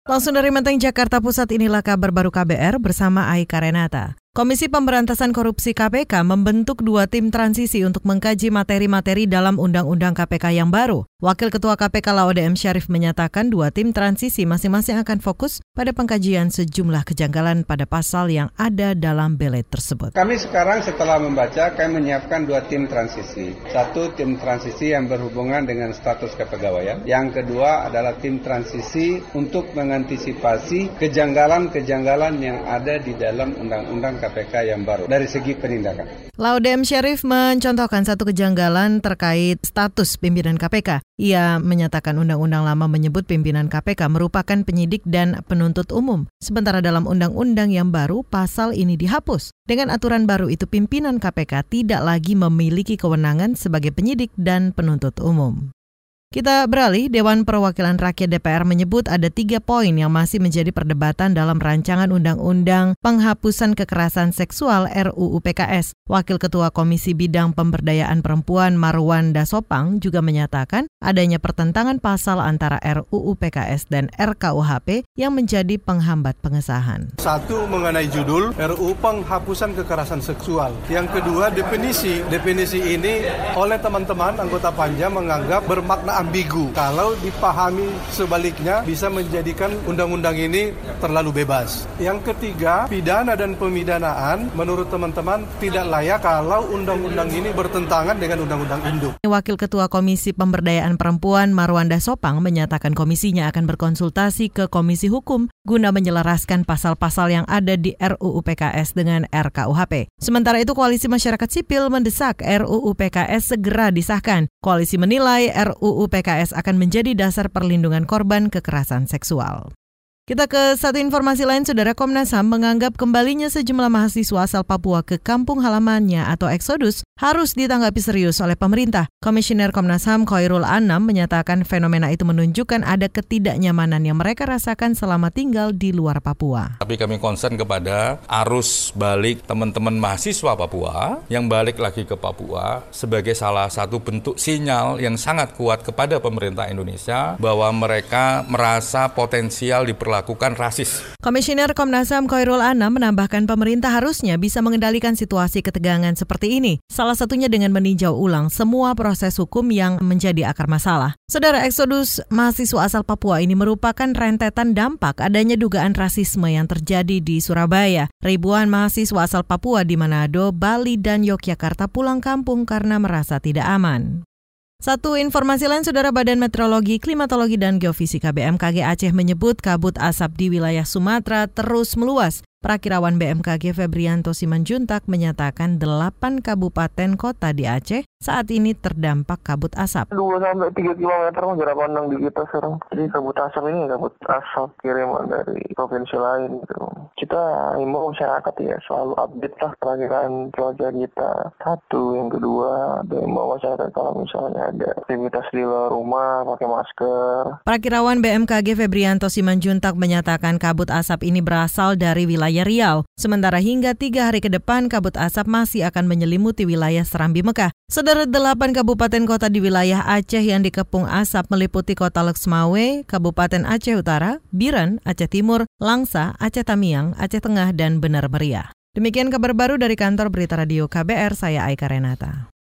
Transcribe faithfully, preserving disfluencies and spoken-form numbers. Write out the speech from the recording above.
Langsung dari Menteng, Jakarta Pusat, inilah kabar baru K B R bersama Aika Renata. Komisi Pemberantasan Korupsi K P K membentuk dua tim transisi untuk mengkaji materi-materi dalam Undang-Undang K P K yang baru. Wakil Ketua K P K Laode M. Syarif menyatakan dua tim transisi masing-masing akan fokus pada pengkajian sejumlah kejanggalan pada pasal yang ada dalam belet tersebut. Kami sekarang setelah membaca, kami menyiapkan dua tim transisi. Satu tim transisi yang berhubungan dengan status kepegawaian. Yang kedua adalah tim transisi untuk mengantisipasi kejanggalan-kejanggalan yang ada di dalam Undang-Undang K P K yang baru dari segi penindakan. Laode M. Syarif mencontohkan satu kejanggalan terkait status pimpinan K P K. Ia menyatakan undang-undang lama menyebut pimpinan K P K merupakan penyidik dan penuntut umum. Sementara dalam undang-undang yang baru, pasal ini dihapus. Dengan aturan baru itu, pimpinan K P K tidak lagi memiliki kewenangan sebagai penyidik dan penuntut umum. Kita beralih, Dewan Perwakilan Rakyat D P R menyebut ada tiga poin yang masih menjadi perdebatan dalam rancangan Undang-Undang Penghapusan Kekerasan Seksual R U U P K S. Wakil Ketua Komisi Bidang Pemberdayaan Perempuan Marwanda Sopang juga menyatakan adanya pertentangan pasal antara R U U P K S dan R K U H P yang menjadi penghambat pengesahan. Satu mengenai judul R U U Penghapusan Kekerasan Seksual. Yang kedua definisi. Definisi ini oleh teman-teman anggota Panja menganggap bermakna ambigu. Kalau dipahami sebaliknya bisa menjadikan undang-undang ini terlalu bebas. Yang ketiga, pidana dan pemidanaan menurut teman-teman tidak layak kalau undang-undang ini bertentangan dengan undang-undang induk. Wakil Ketua Komisi Pemberdayaan Perempuan Marwanda Sopang menyatakan komisinya akan berkonsultasi ke Komisi Hukum guna menyelaraskan pasal-pasal yang ada di R U U P K S dengan R K U H P. Sementara itu, Koalisi Masyarakat Sipil mendesak R U U P K S segera disahkan. Koalisi menilai R U U P K S akan menjadi dasar perlindungan korban kekerasan seksual. Kita ke satu informasi lain, Saudara. Komnas H A M menganggap kembalinya sejumlah mahasiswa asal Papua ke kampung halamannya atau eksodus harus ditanggapi serius oleh pemerintah. Komisioner Komnas H A M Khairul Anam menyatakan fenomena itu menunjukkan ada ketidaknyamanan yang mereka rasakan selama tinggal di luar Papua. Tapi kami concern kepada arus balik teman-teman mahasiswa Papua yang balik lagi ke Papua sebagai salah satu bentuk sinyal yang sangat kuat kepada pemerintah Indonesia bahwa mereka merasa potensial diperlakukan lakukan rasis. Komisioner Komnas H A M Khairul Anam menambahkan pemerintah harusnya bisa mengendalikan situasi ketegangan seperti ini, salah satunya dengan meninjau ulang semua proses hukum yang menjadi akar masalah. Saudara, eksodus mahasiswa asal Papua ini merupakan rentetan dampak adanya dugaan rasisme yang terjadi di Surabaya. Ribuan mahasiswa asal Papua di Manado, Bali, dan Yogyakarta pulang kampung karena merasa tidak aman. Satu informasi lain, Saudara, Badan Meteorologi, Klimatologi, dan Geofisika B M K G Aceh menyebut kabut asap di wilayah Sumatera terus meluas. Perakirawan B M K G Febrianto Simanjuntak menyatakan delapan kabupaten kota di Aceh saat ini terdampak kabut asap. dua sampai tiga kilometer jarak pandang di kita sekarang. Jadi kabut asap ini kabut asap kiriman dari provinsi lain gitu. Kita himbau masyarakat ya selalu update lah perakiraan cuaca kita. Satu, yang kedua, himbau masyarakat kalau misalnya ada aktivitas di luar rumah pakai masker. Perakirawan B M K G Febrianto Simanjuntak menyatakan kabut asap ini berasal dari wilayah Riau. Sementara hingga tiga hari ke depan kabut asap masih akan menyelimuti wilayah Serambi Mekah. Saudara, delapan kabupaten kota di wilayah Aceh yang dikepung asap meliputi Kota Lexmawe, Kabupaten Aceh Utara, Biren, Aceh Timur, Langsa, Aceh Tamiang, Aceh Tengah, dan Benar Meriah. Demikian kabar baru dari kantor Berita Radio K B R, saya Aika Renata.